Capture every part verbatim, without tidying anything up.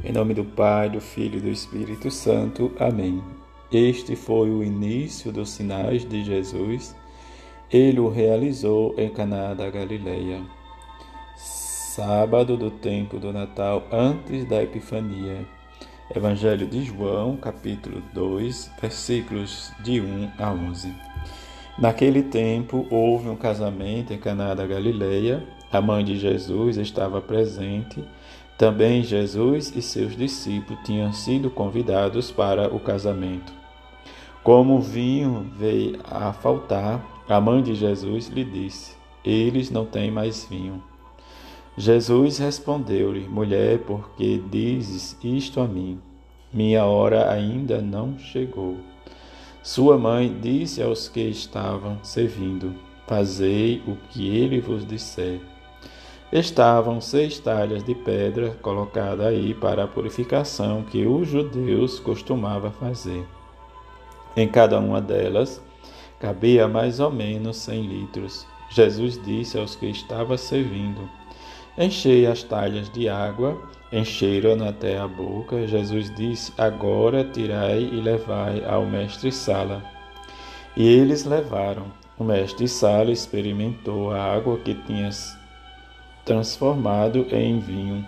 Em nome do Pai, do Filho e do Espírito Santo. Amém. Este foi o início dos sinais de Jesus. Ele o realizou em Caná da Galileia. Sábado do tempo do Natal, antes da Epifania. Evangelho de João, capítulo dois, versículos de um a onze. Naquele tempo, houve um casamento em Caná da Galileia. A mãe de Jesus estava presente. Também Jesus e seus discípulos tinham sido convidados para o casamento. Como o vinho veio a faltar, a mãe de Jesus lhe disse: "Eles não têm mais vinho." Jesus respondeu-lhe: "Mulher, por que dizes isto a mim? Minha hora ainda não chegou." Sua mãe disse aos que estavam servindo: "Fazei o que ele vos disser." Estavam seis talhas de pedra colocadas aí para a purificação que os judeus costumavam fazer. Em cada uma delas cabia mais ou menos cem litros. Jesus disse aos que estavam servindo: "Enchei as talhas de água." Encheram até a boca. Jesus disse: "Agora tirai e levai ao mestre-sala." E eles levaram. O mestre-sala experimentou a água que tinha transformado em vinho.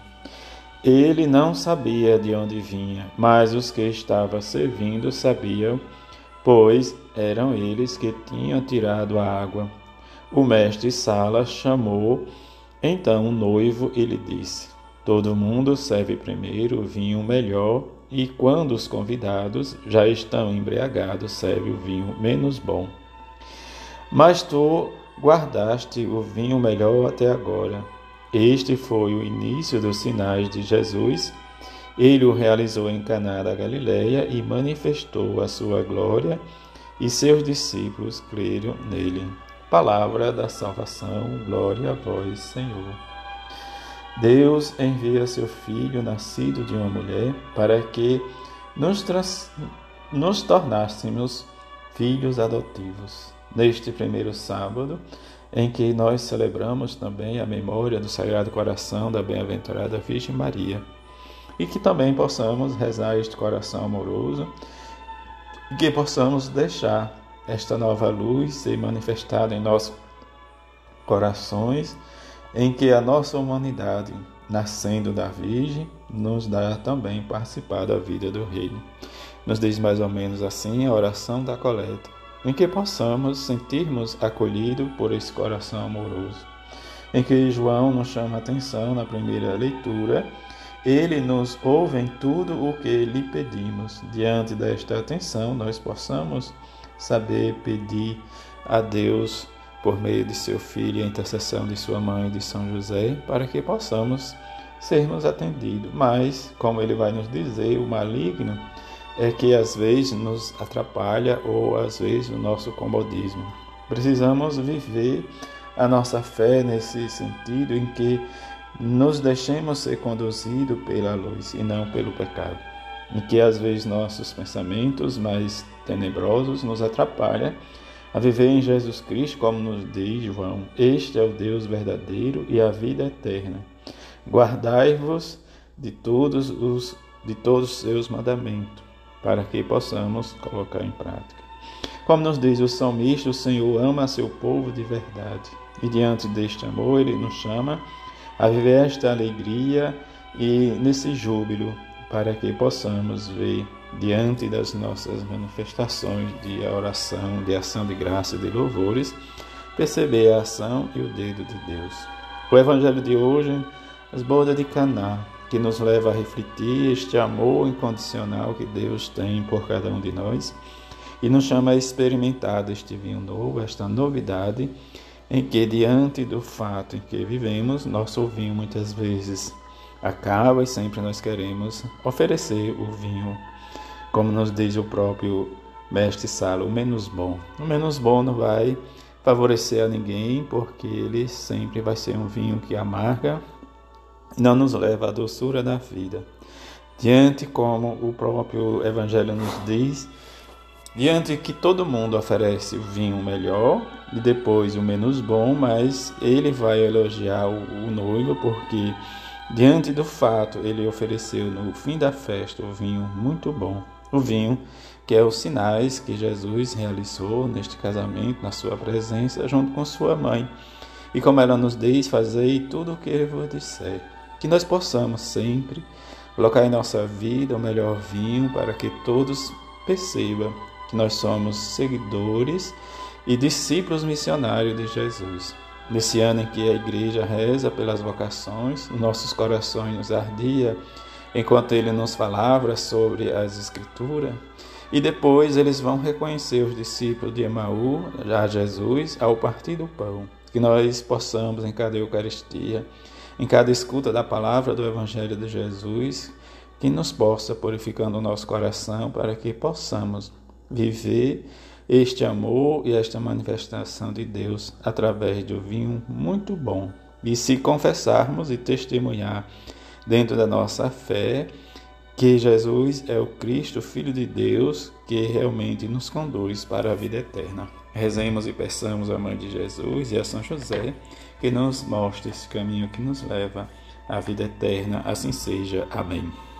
Ele não sabia de onde vinha, mas os que estavam servindo sabiam, pois eram eles que tinham tirado a água. O mestre-sala chamou então o noivo e lhe disse: "Todo mundo serve primeiro o vinho melhor, e quando os convidados já estão embriagados, serve o vinho menos bom. Mas tu guardaste o vinho melhor até agora." Este foi o início dos sinais de Jesus. Ele o realizou em Caná da Galileia e manifestou a sua glória, e seus discípulos creram nele. Palavra da salvação, glória a vós, Senhor. Deus envia seu Filho, nascido de uma mulher, para que nos, trans... nos tornássemos filhos adotivos. Neste primeiro sábado, em que nós celebramos também a memória do Sagrado Coração da Bem-aventurada Virgem Maria, e que também possamos rezar este coração amoroso, e que possamos deixar esta nova luz ser manifestada em nossos corações, em que a nossa humanidade, nascendo da Virgem, nos dá também participar da vida do Reino. Nos diz mais ou menos assim a oração da coleta, em que possamos sentirmos acolhidos por esse coração amoroso, em que João nos chama a atenção na primeira leitura. Ele nos ouve em tudo o que lhe pedimos. Diante desta atenção, nós possamos saber pedir a Deus, por meio de seu Filho e a intercessão de sua mãe, de São José, para que possamos sermos atendidos. Mas, como ele vai nos dizer, o maligno é que às vezes nos atrapalha, ou às vezes o nosso comodismo. Precisamos viver a nossa fé nesse sentido, em que nos deixemos ser conduzidos pela luz e não pelo pecado, em que às vezes nossos pensamentos mais tenebrosos nos atrapalham a viver em Jesus Cristo, como nos diz João: "Este é o Deus verdadeiro e a vida eterna. Guardai-vos de todos os de todos os seus mandamentos", para que possamos colocar em prática. Como nos diz o salmista, o Senhor ama seu povo de verdade. E diante deste amor, Ele nos chama a viver esta alegria e nesse júbilo, para que possamos ver, diante das nossas manifestações de oração, de ação de graça e de louvores, perceber a ação e o dedo de Deus. O Evangelho de hoje, as bodas de Caná, que nos leva a refletir este amor incondicional que Deus tem por cada um de nós, e nos chama a experimentar este vinho novo, esta novidade, em que, diante do fato em que vivemos, nosso vinho muitas vezes acaba e sempre nós queremos oferecer o vinho, como nos diz o próprio mestre-sala, o menos bom. O menos bom não vai favorecer a ninguém, porque ele sempre vai ser um vinho que amarga, não nos leva à doçura da vida. Diante, como o próprio Evangelho nos diz, diante que todo mundo oferece o vinho melhor e depois o menos bom, mas ele vai elogiar o, o noivo, porque Diante do fato, ele ofereceu no fim da festa o vinho muito bom. O vinho que é os sinais que Jesus realizou neste casamento, na sua presença, junto com sua mãe. E como ela nos diz, fazei tudo o que ele vos disser. Que nós possamos sempre colocar em nossa vida o melhor vinho para que todos percebam que nós somos seguidores e discípulos missionários de Jesus. Nesse ano em que a igreja reza pelas vocações, nossos corações nos ardia enquanto ele nos falava sobre as Escrituras, e depois eles vão reconhecer os discípulos de Emaú, a Jesus, ao partir do pão. Que nós possamos, em cada Eucaristia, em cada escuta da palavra do Evangelho de Jesus, que nos possa purificando o nosso coração para que possamos viver este amor e esta manifestação de Deus através de um vinho muito bom. E se confessarmos e testemunhar dentro da nossa fé que Jesus é o Cristo, Filho de Deus, que realmente nos conduz para a vida eterna. Rezemos e peçamos à Mãe de Jesus e a São José que nos mostre esse caminho que nos leva à vida eterna. Assim seja. Amém.